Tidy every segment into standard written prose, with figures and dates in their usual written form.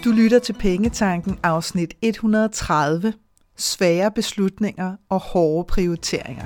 Du lytter til Pengetanken afsnit 130. Svære beslutninger og hårde prioriteringer.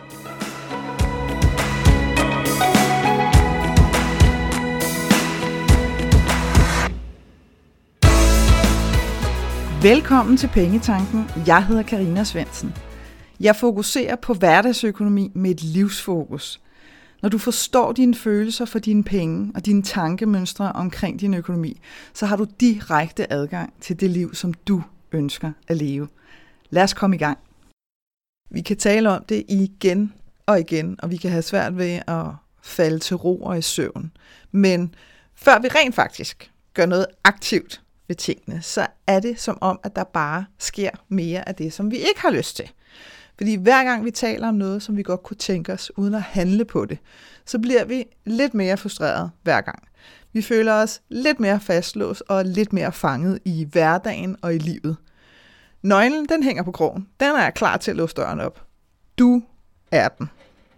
Velkommen til Pengetanken. Jeg hedder Karina Svendsen. Jeg fokuserer på hverdagsøkonomi med et livsfokus. Når du forstår dine følelser for dine penge og dine tankemønstre omkring din økonomi, så har du direkte adgang til det liv, som du ønsker at leve. Lad os komme i gang. Vi kan tale om det igen og igen, og vi kan have svært ved at falde til ro og i søvn. Men før vi rent faktisk gør noget aktivt ved tingene, så er det som om, at der bare sker mere af det, som vi ikke har lyst til. Fordi hver gang vi taler om noget, som vi godt kunne tænke os, uden at handle på det, så bliver vi lidt mere frustreret hver gang. Vi føler os lidt mere fastlåst og lidt mere fanget i hverdagen og i livet. Nøglen, den hænger på krogen. Den er klar til at låse døren op. Du er den.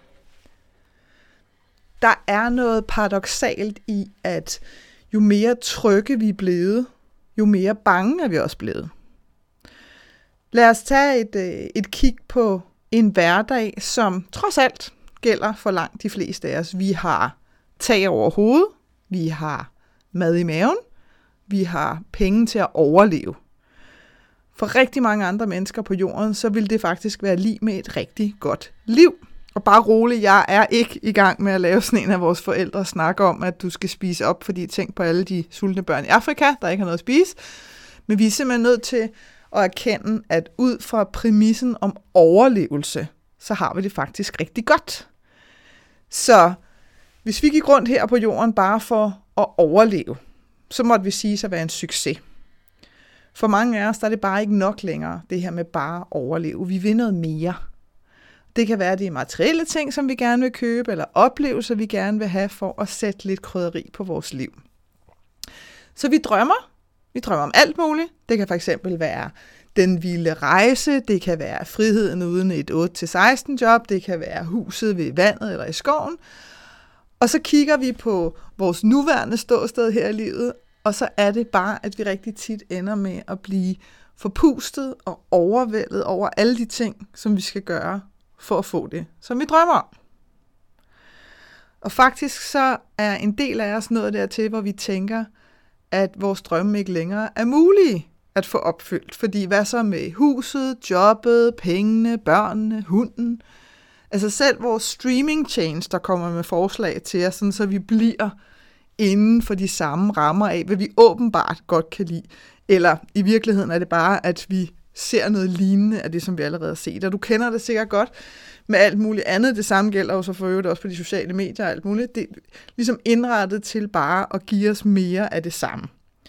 Der er noget paradoksalt i, at jo mere trygge vi er blevet, jo mere bange er vi også blevet. Lad os tage et kig på en hverdag, som trods alt gælder for langt de fleste af os. Vi har tag over hovedet, vi har mad i maven, vi har penge til at overleve. For rigtig mange andre mennesker på jorden, så vil det faktisk være lig med et rigtig godt liv. Og bare rolig, jeg er ikke i gang med at lave sådan en af vores forældre snakker om, at du skal spise op, fordi tænk på alle de sultne børn i Afrika, der ikke har noget at spise. Men vi er simpelthen nødt til at erkende, at ud fra præmissen om overlevelse, så har vi det faktisk rigtig godt. Så hvis vi gik rundt her på jorden bare for at overleve, så måtte vi sige sig at være en succes. For mange af os, der er det bare ikke nok længere, det her med bare at overleve. Vi vil noget mere. Det kan være de materielle ting, som vi gerne vil købe, eller oplevelser, vi gerne vil have for at sætte lidt krydderi på vores liv. Så vi drømmer. Vi drømmer om alt muligt. Det kan fx være den vilde rejse, det kan være friheden uden et 8-16 job, det kan være huset ved vandet eller i skoven. Og så kigger vi på vores nuværende ståsted her i livet, og så er det bare, at vi rigtig tit ender med at blive forpustet og overvældet over alle de ting, som vi skal gøre for at få det, som vi drømmer om. Og faktisk så er en del af os nået dertil, hvor vi tænker, at vores drømme ikke længere er mulige at få opfyldt. Fordi hvad så med huset, jobbet, pengene, børnene, hunden? Altså selv vores streaming-tjenester kommer med forslag til os, sådan så vi bliver inden for de samme rammer af, hvad vi åbenbart godt kan lide. Eller i virkeligheden er det bare, at vi ser noget lignende af det, som vi allerede har set. Og du kender det sikkert godt med alt muligt andet. Det samme gælder jo så for øvrigt også på de sociale medier og alt muligt. Det er ligesom indrettet til bare at give os mere af det samme.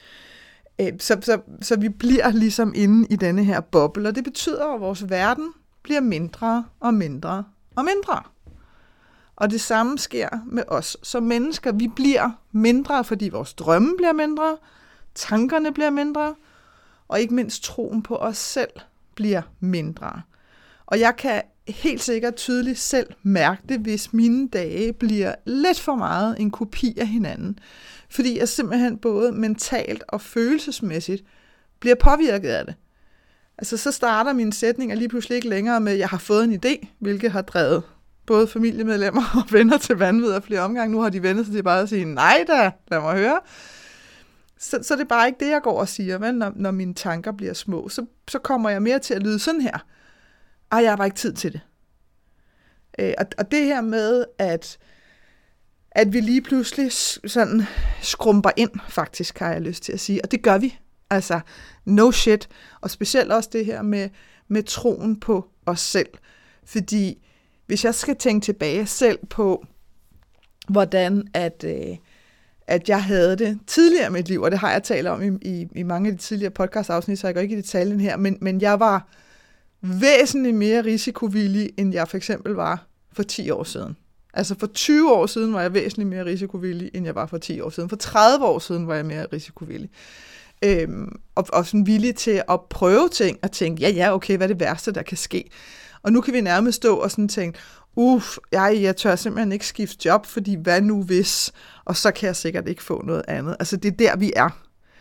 Så vi bliver ligesom inde i denne her boble, og det betyder, at vores verden bliver mindre og mindre og mindre. Og det samme sker med os som mennesker. Vi bliver mindre, fordi vores drømme bliver mindre, tankerne bliver mindre, og ikke mindst troen på os selv bliver mindre. Og jeg kan helt sikkert tydeligt selv mærke det, hvis mine dage bliver lidt for meget en kopi af hinanden. Fordi jeg simpelthen både mentalt og følelsesmæssigt bliver påvirket af det. Altså så starter mine sætninger lige pludselig ikke længere med, at jeg har fået en idé, hvilket har drevet både familiemedlemmer og venner til vanvid af flere omgange. Nu har de vendt sig til bare at sige, nej da, lad mig høre. Så det er bare ikke det, jeg går og siger, men når mine tanker bliver små, så kommer jeg mere til at lyde sådan her. Jeg har bare ikke tid til det. Og det her med, at vi lige pludselig sådan skrumper ind, faktisk har jeg lyst til at sige. Og det gør vi. Altså, no shit. Og specielt også det her med troen på os selv. Fordi hvis jeg skal tænke tilbage selv på, hvordan at jeg havde det tidligere i mit liv, og det har jeg talt om i mange af de tidligere podcast-afsnit, så jeg går ikke i detaljen her, men jeg var væsentligt mere risikovillig, end jeg for eksempel var for 10 år siden. Altså for 20 år siden var jeg væsentligt mere risikovillig, end jeg var for 10 år siden. For 30 år siden var jeg mere risikovillig. Og sådan villig til at prøve ting, og tænke, ja, okay, hvad er det værste, der kan ske? Og nu kan vi nærmest stå og sådan tænke, jeg tør simpelthen ikke skifte job, fordi hvad nu hvis? Og så kan jeg sikkert ikke få noget andet. Altså det er der, vi er.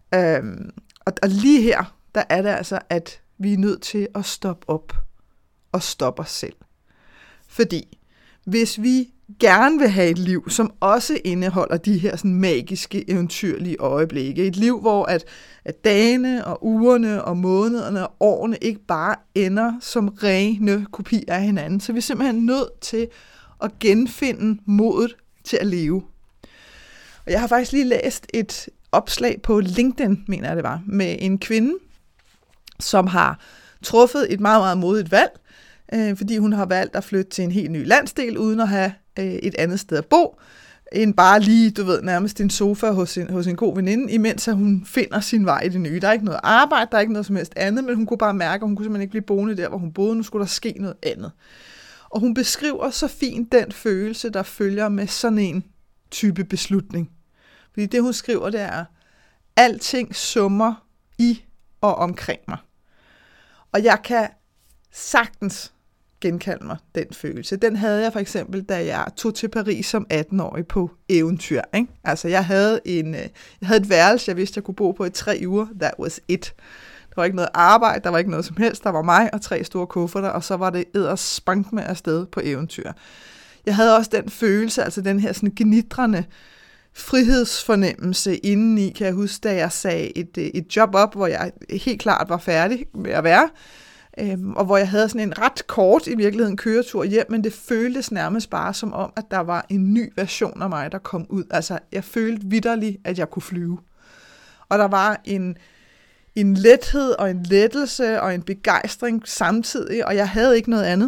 Og lige her, der er det altså, at vi er nødt til at stoppe op og stoppe os selv. Fordi hvis vi gerne vil have et liv, som også indeholder de her sådan magiske, eventyrlige øjeblikke, et liv, hvor at dagene og ugerne og månederne og årene ikke bare ender som rene kopier af hinanden, så er vi simpelthen nødt til at genfinde modet til at leve. Og jeg har faktisk lige læst et opslag på LinkedIn, mener jeg det var, med en kvinde, som har truffet et meget, meget modigt valg, fordi hun har valgt at flytte til en helt ny landsdel, uden at have et andet sted at bo, end bare lige, nærmest en sofa hos en god veninde, imens hun finder sin vej i det nye. Der er ikke noget arbejde, der er ikke noget som helst andet, men hun kunne bare mærke, at hun kunne simpelthen ikke blive boende der, hvor hun boede. Nu skulle der ske noget andet. Og hun beskriver så fint den følelse, der følger med sådan en type beslutning. Fordi det, hun skriver, det er, alting summer i og omkring mig. Og jeg kan sagtens genkalde mig den følelse. Den havde jeg for eksempel, da jeg tog til Paris som 18-årig på eventyr. Ikke? Altså, jeg havde et værelse, jeg vidste, jeg kunne bo på i 3 uger. That was it. Der var ikke noget arbejde, der var ikke noget som helst. Der var mig og 3 store kufferter, og så var det edderspank med afsted på eventyr. Jeg havde også den følelse, altså den her sådan gnitrende frihedsfornemmelse indeni, kan jeg huske, da jeg sagde et job op, hvor jeg helt klart var færdig med at være, og hvor jeg havde sådan en ret kort, i virkeligheden, køretur hjem, men det føltes nærmest bare som om, at der var en ny version af mig, der kom ud. Altså, jeg følte vitterligt, at jeg kunne flyve. Og der var en lethed og en lettelse og en begejstring samtidig, og jeg havde ikke noget andet.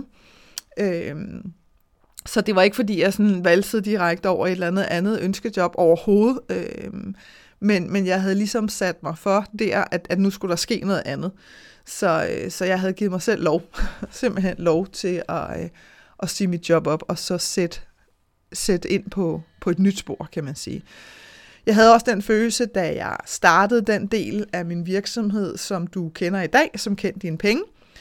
Så det var ikke, fordi jeg sådan valsede direkte over et eller andet ønskejob overhovedet, men jeg havde ligesom sat mig for der, at nu skulle der ske noget andet. Så jeg havde givet mig selv simpelthen lov til at sige mit job op, og så sætte ind på et nyt spor, kan man sige. Jeg havde også den følelse, da jeg startede den del af min virksomhed, som du kender i dag, som Kend Dine Penge.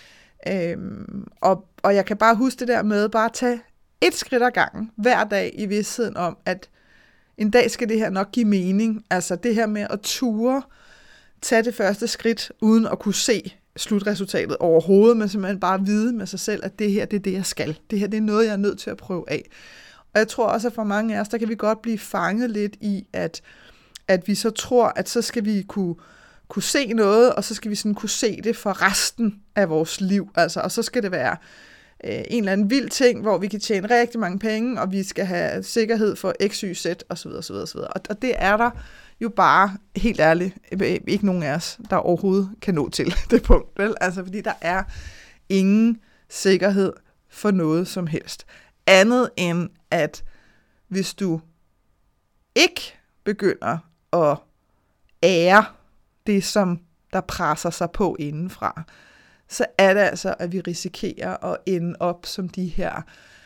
Og jeg kan bare huske det der med bare at tage et skridt ad gangen, hver dag i vidstheden om, at en dag skal det her nok give mening. Altså det her med at ture, tage det første skridt, uden at kunne se slutresultatet overhovedet, men simpelthen bare vide med sig selv, at det her, det er det, jeg skal. Det her, det er noget, jeg er nødt til at prøve af. Og jeg tror også, at for mange af os, der kan vi godt blive fanget lidt i, at vi så tror, at så skal vi kunne se noget, og så skal vi sådan kunne se det for resten af vores liv. Altså, og så skal det være en eller anden vild ting, hvor vi kan tjene rigtig mange penge, og vi skal have sikkerhed for X, Y, Z, osv. Og det er der jo bare, helt ærligt, ikke nogen af os, der overhovedet kan nå til det punkt. Vel? Altså, fordi der er ingen sikkerhed for noget som helst. Andet end, at hvis du ikke begynder at ære det, som der presser sig på indenfra, så er det altså, at vi risikerer at ende op som de her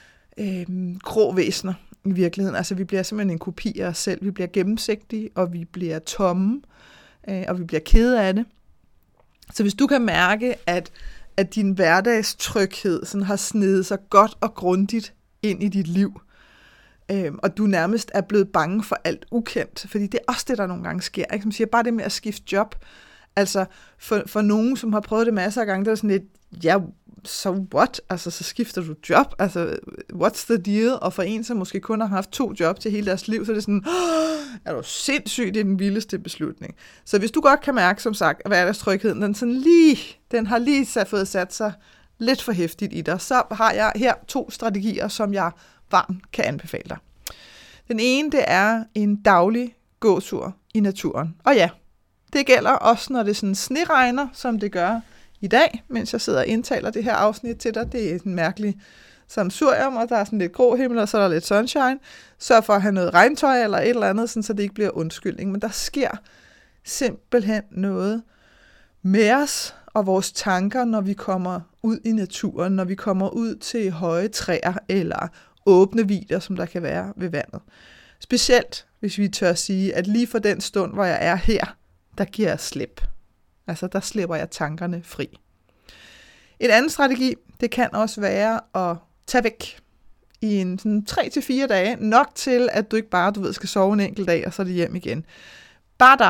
grå væsener i virkeligheden. Altså vi bliver simpelthen en kopi af os selv. Vi bliver gennemsigtige, og vi bliver tomme, og vi bliver kede af det. Så hvis du kan mærke, at din hverdagstryghed sådan har snedet sig godt og grundigt ind i dit liv, og du nærmest er blevet bange for alt ukendt, fordi det er også det, der nogle gange sker. Ikke? Som siger, bare det med at skifte job. Altså, for nogen, som har prøvet det masser af gange, der er sådan lidt, ja, so what? Altså, så skifter du job. Altså, what's the deal? Og for en, som måske kun har haft 2 job til hele deres liv, så er det sådan, er du sindssygt, det er den vildeste beslutning. Så hvis du godt kan mærke, som sagt, at hverdagstrygheden, den har lige fået sat sig lidt for hæftigt i dig, så har jeg her 2 strategier, som jeg varmt kan anbefale dig. Den ene, det er en daglig gåtur i naturen. Og ja, det gælder også, når det sådan sneregner, som det gør i dag, mens jeg sidder og indtaler det her afsnit til dig. Det er en mærkelig sammensurium, og der er sådan lidt grå himmel, og så er der lidt sunshine. Sørg for at have noget regntøj eller et eller andet, sådan, så det ikke bliver undskyldning. Men der sker simpelthen noget med os og vores tanker, når vi kommer ud i naturen, når vi kommer ud til høje træer eller åbne vidder, som der kan være ved vandet. Specielt, hvis vi tør sige, at lige for den stund, hvor jeg er her, der giver jeg slip. Altså, der slipper jeg tankerne fri. En anden strategi, det kan også være at tage væk i en sådan 3-4 dage, nok til, at du ikke bare, skal sove en enkelt dag, og så er det hjem igen. Bare dig,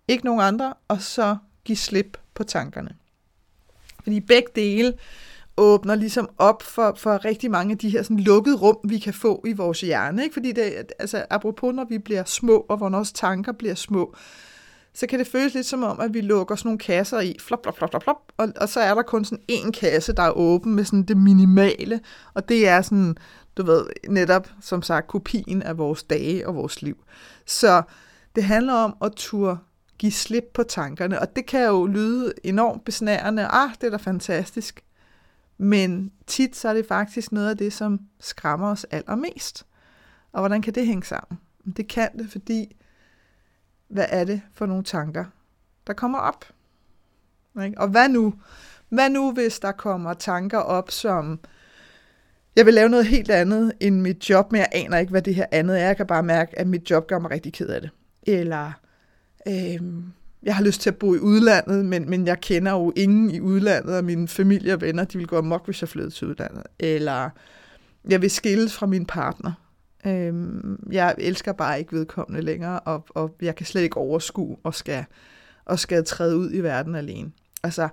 ikke nogen andre, og så give slip på tankerne. Fordi begge dele åbner ligesom op for rigtig mange af de her sådan lukkede rum, vi kan få i vores hjerne. Ikke? Fordi det, altså, apropos når vi bliver små, og hvor vores tanker bliver små, så kan det føles lidt som om, at vi lukker sådan nogle kasser i, flop, flop, flop, flop, flop, og så er der kun sådan en kasse, der er åben med sådan det minimale, og det er sådan, du ved, netop, som sagt, kopien af vores dage og vores liv. Så det handler om at turde give slip på tankerne, og det kan jo lyde enormt besnærende, det er da fantastisk, men tit så er det faktisk noget af det, som skræmmer os allermest. Og hvordan kan det hænge sammen? Det kan det, fordi hvad er det for nogle tanker, der kommer op? Ikke? Og hvad nu, hvis der kommer tanker op, som jeg vil lave noget helt andet end mit job, men jeg aner ikke, hvad det her andet er. Jeg kan bare mærke, at mit job gør mig rigtig ked af det. Eller jeg har lyst til at bo i udlandet, men jeg kender jo ingen i udlandet, og mine familie og venner, de vil gå amok, hvis jeg flytter til udlandet. Eller jeg vil skilles fra min partner. Jeg elsker bare ikke vedkommende længere, og jeg kan slet ikke overskue og skal træde ud i verden alene. Altså,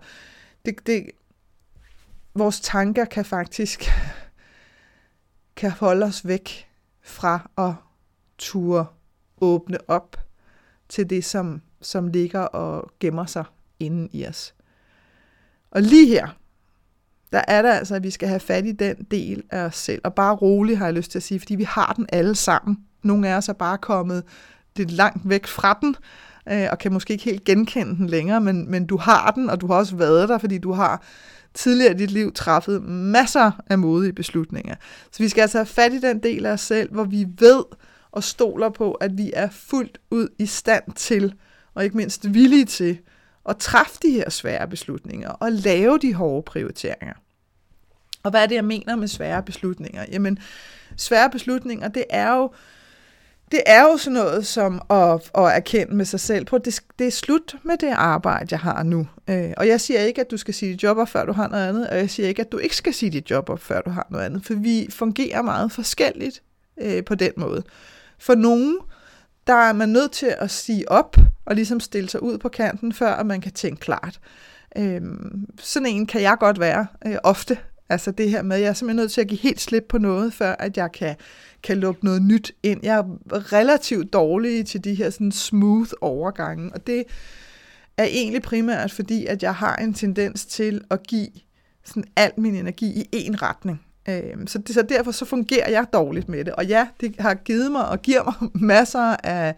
vores tanker kan faktisk kan holde os væk fra at turde åbne op til det, som ligger og gemmer sig inde i os. Og lige her, der er det altså, at vi skal have fat i den del af os selv. Og bare roligt har jeg lyst til at sige, fordi vi har den alle sammen. Nogle af os er bare kommet lidt langt væk fra den, og kan måske ikke helt genkende den længere, men du har den, og du har også været der, fordi du har tidligere i dit liv træffet masser af modige beslutninger. Så vi skal altså have fat i den del af os selv, hvor vi ved og stoler på, at vi er fuldt ud i stand til, og ikke mindst villige til, at træffe de her svære beslutninger, og lave de hårde prioriteringer. Og hvad er det, jeg mener med svære beslutninger? Jamen, svære beslutninger, det er jo sådan noget som at erkende med sig selv på, det er slut med det arbejde, jeg har nu. Og jeg siger ikke, at du skal sige dit job op, før du har noget andet, og jeg siger ikke, at du ikke skal sige dit job op, før du har noget andet, for vi fungerer meget forskelligt på den måde. For nogen, der er man nødt til at sige op, og ligesom stille sig ud på kanten, før man kan tænke klart. Sådan en kan jeg godt være ofte. Altså det her med, at jeg er simpelthen nødt til at give helt slip på noget, før at jeg kan lukke noget nyt ind. Jeg er relativt dårlig til de her sådan smooth overgange, og det er egentlig primært fordi, at jeg har en tendens til at give sådan al min energi i én retning. Så derfor så fungerer jeg dårligt med det. Og ja, det har givet mig og giver mig masser af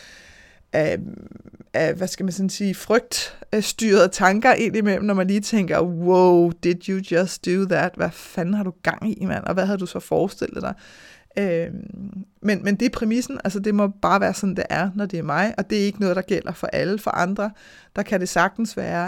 hvad skal man sådan sige, frygtstyrede tanker ind imellem, når man lige tænker, wow, did you just do that? Hvad fanden har du gang i, mand? Og hvad havde du så forestillet dig? Men det er præmissen, altså det må bare være sådan, det er, når det er mig, og det er ikke noget, der gælder for alle. For andre, der kan det sagtens være,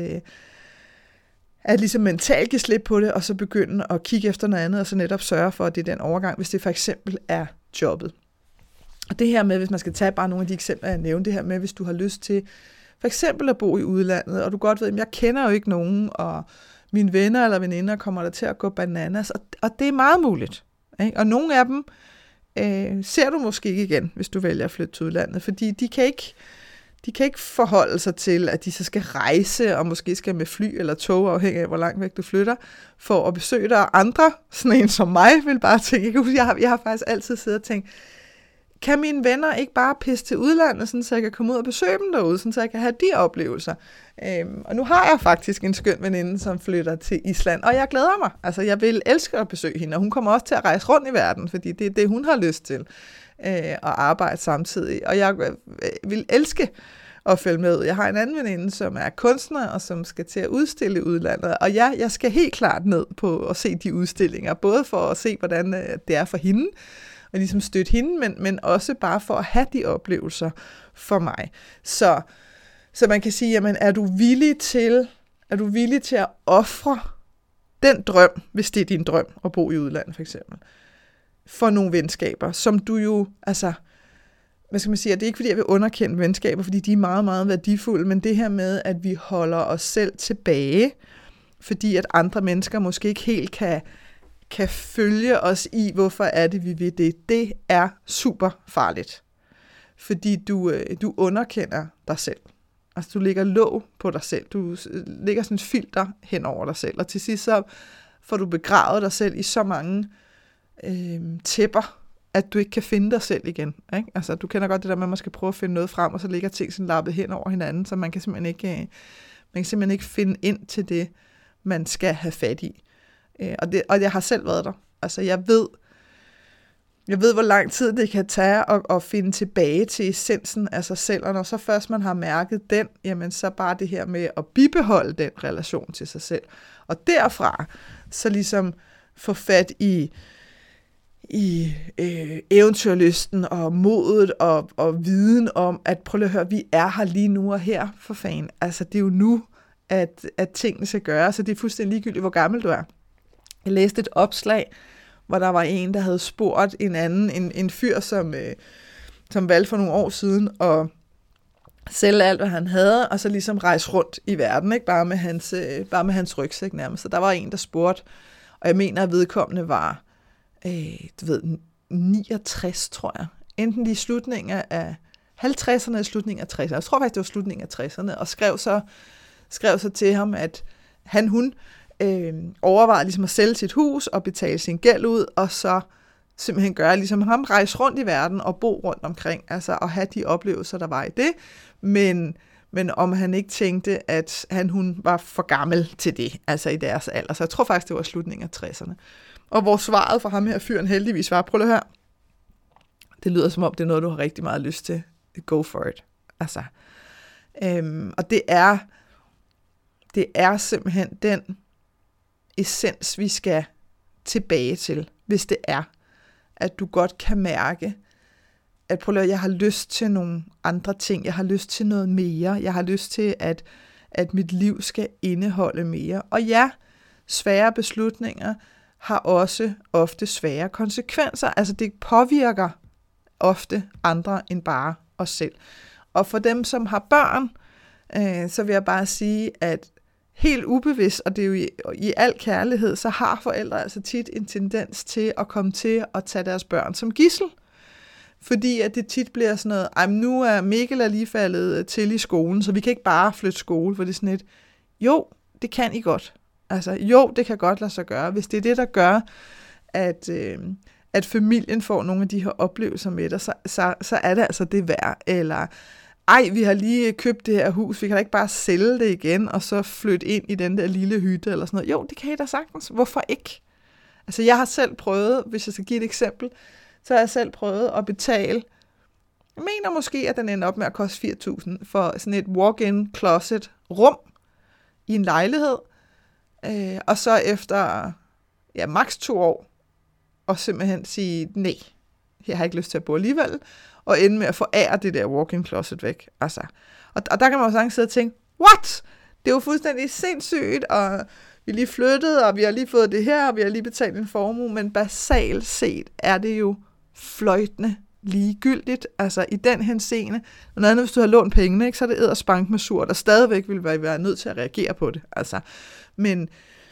at ligesom mentalt give slip på det, og så begynde at kigge efter noget andet, og så netop sørge for, at det er den overgang, hvis det for eksempel er jobbet. Og det her med, hvis man skal tage bare nogle af de eksempler, jeg nævnte, det her med, hvis du har lyst til for eksempel at bo i udlandet, og du godt ved, at jeg kender jo ikke nogen, og mine venner eller veninder kommer der til at gå bananas, og det er meget muligt. Ikke? Og nogle af dem ser du måske ikke igen, hvis du vælger at flytte til udlandet, fordi de kan ikke forholde sig til, at de så skal rejse, og måske skal med fly eller tog, afhængig af, hvor langt væk du flytter, for at besøge dig. Andre, sådan en som mig, vil bare tænke, jeg har faktisk altid siddet og tænkt, kan mine venner ikke bare pisse til udlandet, sådan, så jeg kan komme ud og besøge dem derude, sådan, så jeg kan have de oplevelser. Og nu har jeg faktisk en skøn veninde, som flytter til Island, og jeg glæder mig. Altså, jeg vil elske at besøge hende, og hun kommer også til at rejse rundt i verden, fordi det er det, hun har lyst til at arbejde samtidig. Og jeg vil elske at følge med. Jeg har en anden veninde, som er kunstner, og som skal til at udstille i udlandet. Og ja, jeg skal helt klart ned på at se de udstillinger, både for at se, hvordan det er for hende, og ligesom støtte hende, men også bare for at have de oplevelser for mig. Så man kan sige, jamen, er du villig til at ofre den drøm, hvis det er din drøm at bo i udlandet for eksempel, for nogle venskaber, som du jo, altså, hvad skal man sige, det er ikke fordi, jeg vil underkende venskaber, fordi de er meget, meget værdifulde, men det her med, at vi holder os selv tilbage, fordi at andre mennesker måske ikke helt kan følge os i, hvorfor er det, vi vil det. Det er super farligt, fordi du underkender dig selv. Altså du lægger låg på dig selv, du lægger sådan et filter hen over dig selv, og til sidst så får du begravet dig selv i så mange tæpper, at du ikke kan finde dig selv igen. Ikke? Altså du kender godt det der med, at man skal prøve at finde noget frem, og så ligger ting sådan lappet hen over hinanden, så man kan simpelthen ikke finde ind til det, man skal have fat i. Og jeg har selv været der. Altså jeg ved, hvor lang tid det kan tage at finde tilbage til essensen af sig selv, og når så først man har mærket den, jamen så bare det her med at bibeholde den relation til sig selv. Og derfra så ligesom få fat i eventyrlysten og modet og viden om, at prøv lige at høre, vi er her lige nu og her, for fanden. Altså det er jo nu, at tingene skal gøre, så det er fuldstændig ligegyldigt, hvor gammel du er. Jeg læste et opslag, hvor der var en, der havde spurgt en fyr, som valgte for nogle år siden, og sælge alt, hvad han havde, og så ligesom rejse rundt i verden, ikke? Bare med hans rygsæk nærmest. Så der var en, der spurgte, og jeg mener, at vedkommende var 69, tror jeg. Enten i slutningen af 50'erne eller slutningen af 60'erne. Jeg tror faktisk, det var slutningen af 60'erne, og skrev så til ham, at hun overvejede ligesom at sælge sit hus og betale sin gæld ud, og så simpelthen gøre ligesom ham, rejse rundt i verden og bo rundt omkring, altså at have de oplevelser, der var i det, men om han ikke tænkte, at hun var for gammel til det, altså i deres alder. Så jeg tror faktisk, det var slutningen af 60'erne. Og hvor svaret fra ham her fyren heldigvis var, prøv at høre, det lyder som om, det er noget, du har rigtig meget lyst til. Go for it. Altså, og det er simpelthen den essens, vi skal tilbage til, hvis det er, at du godt kan mærke, at prøv at høre, jeg har lyst til nogle andre ting, jeg har lyst til noget mere, jeg har lyst til, at mit liv skal indeholde mere. Og ja, svære beslutninger har også ofte svære konsekvenser. Altså det påvirker ofte andre end bare os selv. Og for dem, som har børn, så vil jeg bare sige, at helt ubevidst, og det er jo i al kærlighed, så har forældre altså tit en tendens til at komme til at tage deres børn som gidsel. Fordi at det tit bliver sådan noget, nu er Mikkel lige faldet til i skolen, så vi kan ikke bare flytte skole, for det er sådan et, jo, det kan I godt. Altså, jo, det kan godt lade sig gøre. Hvis det er det, der gør, at familien får nogle af de her oplevelser med dig, så er det altså det værd. Eller, vi har lige købt det her hus, vi kan da ikke bare sælge det igen, og så flytte ind i den der lille hytte, eller sådan noget. Jo, det kan I da sagtens. Hvorfor ikke? Altså, jeg har selv prøvet, hvis jeg skal give et eksempel, så har jeg selv prøvet at betale, jeg mener måske, at den ender op med at koste 4.000 for sådan et walk-in closet rum i en lejlighed, og så efter maks 2 år, og simpelthen sige, nej, jeg har ikke lyst til at bo alligevel, og ende med at forære det der walk-in closet væk. Altså. Og der kan man jo sagtens sidde og tænke, what? Det er jo fuldstændig sindssygt, og vi er lige flyttet, og vi har lige fået det her, og vi har lige betalt en formue, men basalt set er det jo fløjtende ligegyldigt, altså i den henseende. Noget andet, hvis du har lånt pengene, ikke, så er det edderspank med surt, og stadigvæk vil være nødt til at reagere på det. Altså. Men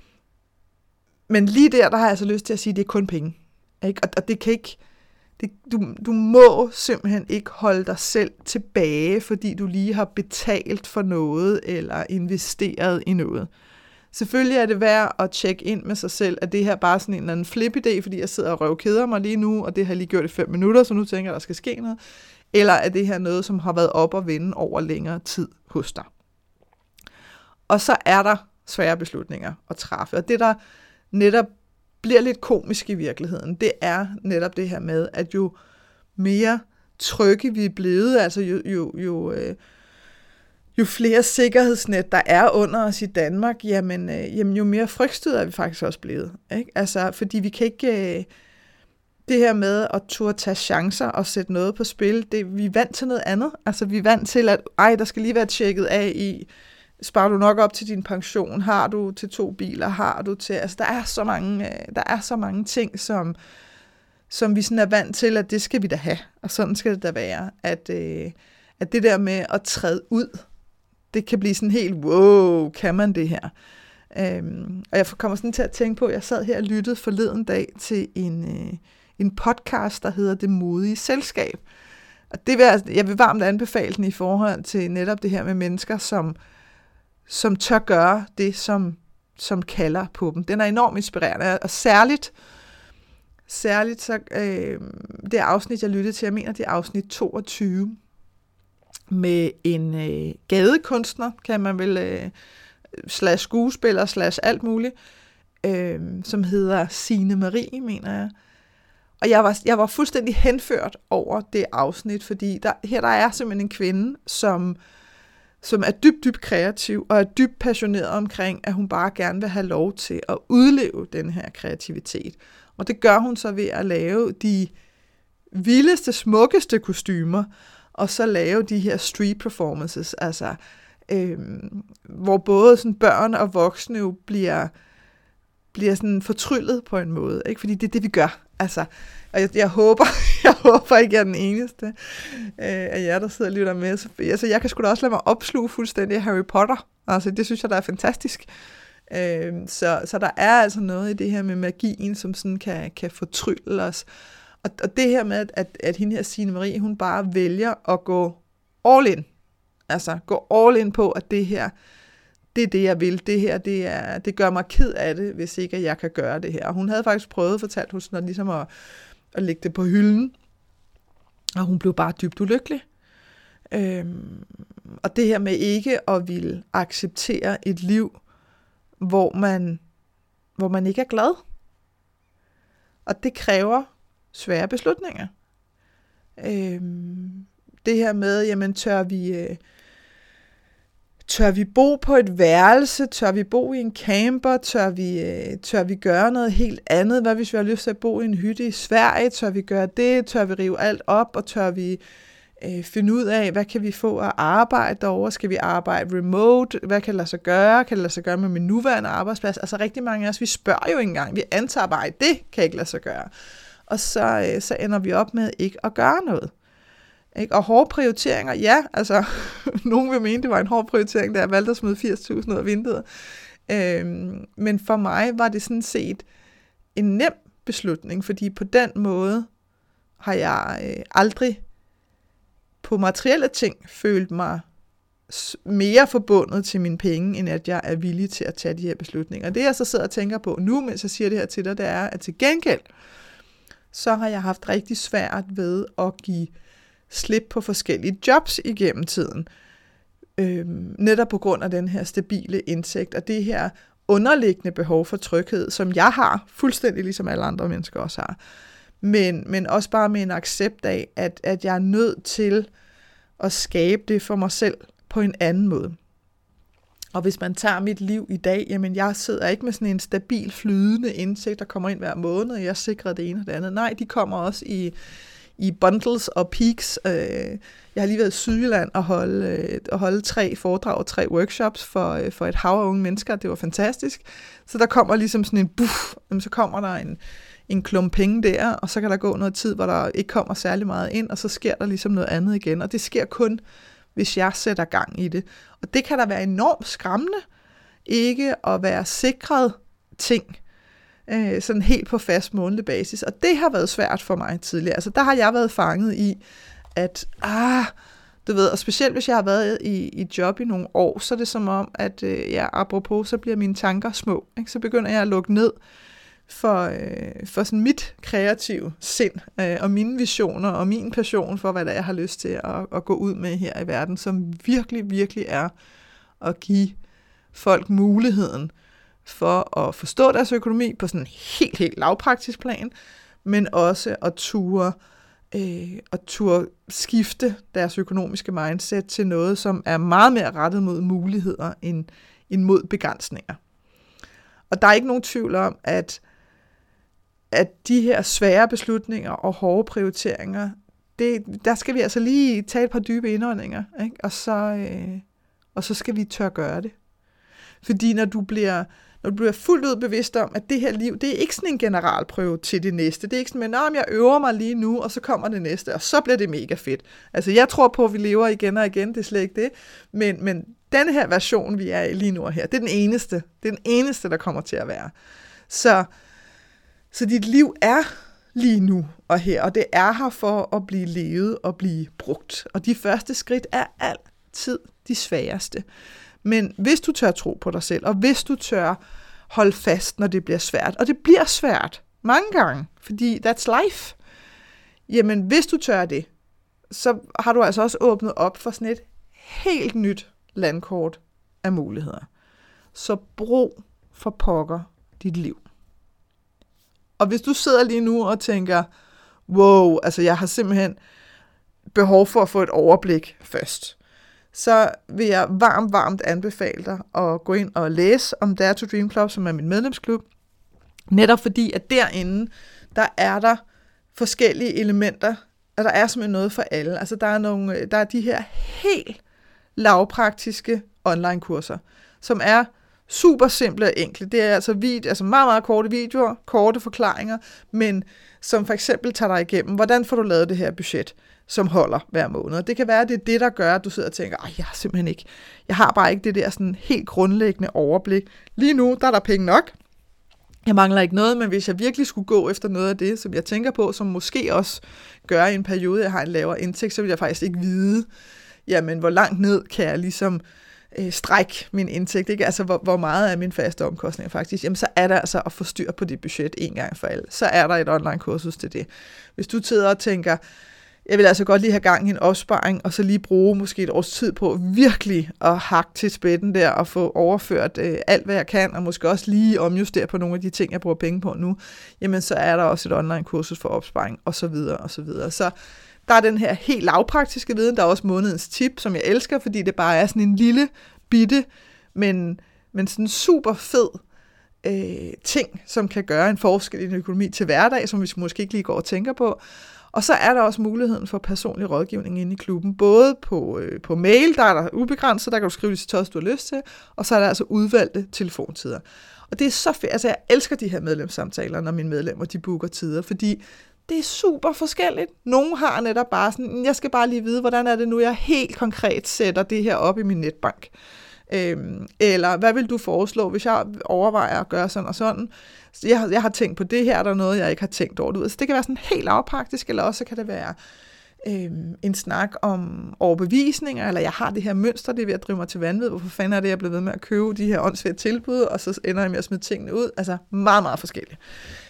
lige der har jeg altså lyst til at sige, at det er kun penge. Ikke? Og det kan ikke, du må simpelthen ikke holde dig selv tilbage, fordi du lige har betalt for noget, eller investeret i noget. Selvfølgelig er det værd at tjekke ind med sig selv, at det her bare sådan en eller anden flip-idé, fordi jeg sidder og røvkeder mig lige nu, og det har jeg lige gjort i 5 minutter, så nu tænker jeg, at der skal ske noget. Eller er det her noget, som har været op og vende over længere tid hos dig. Og så er der svære beslutninger at træffe, og det der netop bliver lidt komisk i virkeligheden, det er netop det her med, at jo mere trygge vi er blevet, altså jo flere sikkerhedsnet, der er under os i Danmark, jamen jo mere frygtstød er vi faktisk også blevet. Ikke? Altså, fordi vi kan ikke, det her med at turde tage chancer og sætte noget på spil, vi er vant til noget andet. Altså vi er vant til, at der skal lige være tjekket af i, sparer du nok op til din pension, har du til 2 biler, har du til, altså der er så mange ting, som vi sådan er vant til, at det skal vi da have, og sådan skal det da være, at det der med at træde ud, det kan blive sådan helt, wow, kan man det her? Og jeg kommer sådan til at tænke på, at jeg sad her og lyttede forleden dag til en podcast, der hedder Det Modige Selskab, Og jeg vil varmt anbefale den i forhold til netop det her med mennesker, som tør gøre det, som kalder på dem. Den er enormt inspirerende, og særligt så det afsnit, jeg lyttede til, jeg mener, det er afsnit 22, med en gadekunstner, kan man vel, slash skuespiller, slash alt muligt, som hedder Signe Marie, mener jeg. Og jeg var fuldstændig henført over det afsnit, fordi der er simpelthen en kvinde, som er dybt kreativ, og er dybt passioneret omkring, at hun bare gerne vil have lov til at udleve den her kreativitet. Og det gør hun så ved at lave de vildeste, smukkeste kostymer, og så lave de her street performances, altså hvor både sådan børn og voksne jo bliver sådan fortryllet på en måde, ikke? Fordi det er det, vi gør. Altså, og jeg håber ikke, jeg er den eneste af jer, der sidder og lytter med. Altså, jeg kan sgu da også lade mig opsluge fuldstændig Harry Potter. Altså, det synes jeg, der er fantastisk. Så der er altså noget i det her med magien, som sådan kan fortrylle os. Og det her med, at hende her Signe Marie, hun bare vælger at gå all in. Altså, gå all in på, at det her, det er det, jeg vil. Det her, det gør mig ked af det, hvis ikke at jeg kan gøre det her. Og hun havde faktisk prøvet, fortalt hos hende, ligesom at lægge det på hylden. Og hun blev bare dybt ulykkelig. Og det her med ikke at ville acceptere et liv, hvor man ikke er glad. Og det kræver svære beslutninger. Det her med, jamen tør vi bo på et værelse? Tør vi bo i en camper? Tør vi gøre noget helt andet? Hvad hvis vi har lyst til at bo i en hytte i Sverige? Tør vi gøre det? Tør vi rive alt op? Og tør vi finde ud af, hvad kan vi få at arbejde derovre? Skal vi arbejde remote? Hvad kan det lade sig gøre? Kan det lade sig gøre med min nuværende arbejdsplads? Altså rigtig mange af os, vi spørger jo ikke engang. Vi antager bare, at det kan ikke lade sig gøre. Og så ender vi op med ikke at gøre noget. Ikke? Og hårde prioriteringer, ja, altså nogen vil mene, det var en hård prioritering, da jeg valgte at smide 80.000 ud af vinduet. Men for mig var det sådan set en nem beslutning, fordi på den måde har jeg aldrig på materielle ting følt mig mere forbundet til mine penge, end at jeg er villig til at tage de her beslutninger. Og det jeg så sidder og tænker på nu, mens jeg siger det her til dig, det er, at til gengæld, så har jeg haft rigtig svært ved at give slip på forskellige jobs igennem tiden. Netop på grund af den her stabile indtægt, og det her underliggende behov for tryghed, som jeg har, fuldstændig ligesom alle andre mennesker også har. Men også bare med en accept af, at jeg er nødt til at skabe det for mig selv på en anden måde. Og hvis man tager mit liv i dag, jamen jeg sidder ikke med sådan en stabil, flydende indtægt, der kommer ind hver måned, og jeg sikrer det ene og det andet. Nej, de kommer også i bundles og peaks. Jeg har lige været i Sydjylland og holde 3 foredrag og 3 workshops for et hav af unge mennesker. Det var fantastisk. Så der kommer ligesom sådan en buff, så kommer der en klump penge der, og så kan der gå noget tid, hvor der ikke kommer særlig meget ind, og så sker der ligesom noget andet igen. Og det sker kun, hvis jeg sætter gang i det. Og det kan da være enormt skræmmende, ikke at være sikret ting, sådan helt på fast månedlig basis. Og det har været svært for mig tidligere. Altså der har jeg været fanget i, at du ved, og specielt hvis jeg har været i job i nogle år, så er det som om, at apropos, så bliver mine tanker små. Ikke? Så begynder jeg at lukke ned for sådan mit kreative sind, og mine visioner, og min passion for, hvad det er, jeg har lyst til at gå ud med her i verden, som virkelig, virkelig er at give folk muligheden for at forstå deres økonomi på sådan en helt, helt lavpraktisk plan, men også at turde skifte deres økonomiske mindset til noget, som er meget mere rettet mod muligheder end mod begrænsninger. Og der er ikke nogen tvivl om, at de her svære beslutninger og hårde prioriteringer, der skal vi altså lige tage et par dybe indåndinger, ikke? Og så skal vi tør gøre det. Fordi når du bliver fuldt ud bevidst om, at det her liv, det er ikke sådan en generalprøve til det næste. Det er ikke sådan, at jeg øver mig lige nu, og så kommer det næste, og så bliver det mega fedt. Altså, jeg tror på, at vi lever igen og igen, det er slet ikke det. Men den her version, vi er i lige nu og her, det er den eneste. Det er den eneste, der kommer til at være. Så dit liv er lige nu og her, og det er her for at blive levet og blive brugt. Og de første skridt er altid de sværeste. Men hvis du tør tro på dig selv, og hvis du tør holde fast, når det bliver svært, og det bliver svært mange gange, fordi that's life, jamen hvis du tør det, så har du altså også åbnet op for sådan et helt nyt landkort af muligheder. Så brug for pokker dit liv. Og hvis du sidder lige nu og tænker, wow, altså jeg har simpelthen behov for at få et overblik først, så vil jeg varmt anbefale dig at gå ind og læse om Dare to Dream Club, som er min medlemsklub. Netop fordi, at derinde, der er der forskellige elementer, og der er simpelthen noget for alle. Altså der er de her helt lavpraktiske online-kurser, som er super simple og enkle. Det er altså meget, meget korte videoer, korte forklaringer, men som for eksempel tager dig igennem, hvordan får du lavet det her budget, som holder hver måned. Det kan være, at det er det, der gør, at du sidder og tænker, jeg har bare ikke det der sådan helt grundlæggende overblik. Lige nu, der er der penge nok. Jeg mangler ikke noget, men hvis jeg virkelig skulle gå efter noget af det, som jeg tænker på, som måske også gør i en periode, jeg har en lavere indtægt, så vil jeg faktisk ikke vide, jamen hvor langt ned kan jeg ligesom strække min indtægt, ikke? Altså hvor meget er min faste omkostninger faktisk, jamen så er der altså at få styr på det budget en gang for alle. Så er der et online kursus til det. Hvis du sidder og tænker, jeg vil altså godt lige have gang i en opsparing, og så lige bruge måske et års tid på virkelig at hakke til spætten der, og få overført alt, hvad jeg kan, og måske også lige omjustere på nogle af de ting, jeg bruger penge på nu, jamen så er der også et online kursus for opsparing, og så videre, og så videre. Så der er den her helt lavpraktiske viden, der er også månedens tip, som jeg elsker, fordi det bare er sådan en lille bitte, men sådan super fed ting, som kan gøre en forskel i din økonomi til hverdag, som vi måske ikke lige går og tænker på. Og så er der også muligheden for personlig rådgivning inde i klubben, både på mail, der er der ubegrænset, der kan du skrive lige så tørt, du har lyst til, og så er der altså udvalgte telefontider. Og det er så fedt, altså jeg elsker de her medlemssamtaler, når mine medlemmer de booker tider, fordi det er super forskelligt. Nogle har netop bare sådan, jeg skal bare lige vide, hvordan er det nu, jeg helt konkret sætter det her op i min netbank. Eller hvad vil du foreslå, hvis jeg overvejer at gøre sådan og sådan? Så jeg har tænkt på det her, er der noget, jeg ikke har tænkt over. Så det kan være sådan helt lavpraktisk, eller også kan det være en snak om overbevisninger, eller jeg har det her mønster, det er ved at drive mig til vanvid. Hvorfor fanden er det, jeg blevet ved med at købe de her åndssvage tilbud, og så ender jeg med at smide tingene ud? Altså meget, meget forskelligt.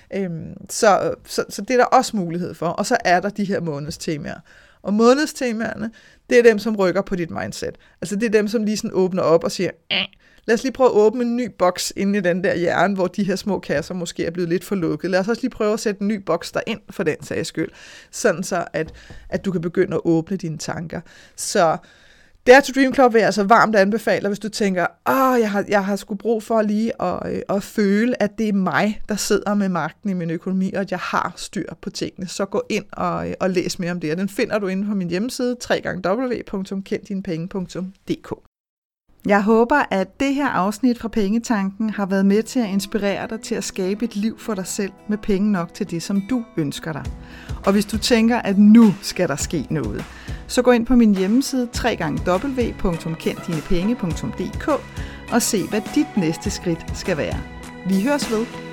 Så det er der også mulighed for. Og så er der de her månedstemaer. Og månedstemaerne, det er dem, som rykker på dit mindset. Altså det er dem, som lige sådan åbner op og siger, lad os lige prøve at åbne en ny boks inde i den der hjerne, hvor de her små kasser måske er blevet lidt for lukket. Lad os også lige prøve at sætte en ny boks derind for den sags skyld. Sådan så, at du kan begynde at åbne dine tanker. Så Dare to Dream Club vil jeg altså varmt anbefale, hvis du tænker, jeg har sgu brug for lige at føle, at det er mig, der sidder med magten i min økonomi, og at jeg har styr på tingene. Så gå ind og læs mere om det. Og den finder du inde på min hjemmeside, www.kenddinepenge.dk. Jeg håber, at det her afsnit fra Pengetanken har været med til at inspirere dig til at skabe et liv for dig selv med penge nok til det, som du ønsker dig. Og hvis du tænker, at nu skal der ske noget, så gå ind på min hjemmeside www.kenddinepenge.dk og se, hvad dit næste skridt skal være. Vi høres ved.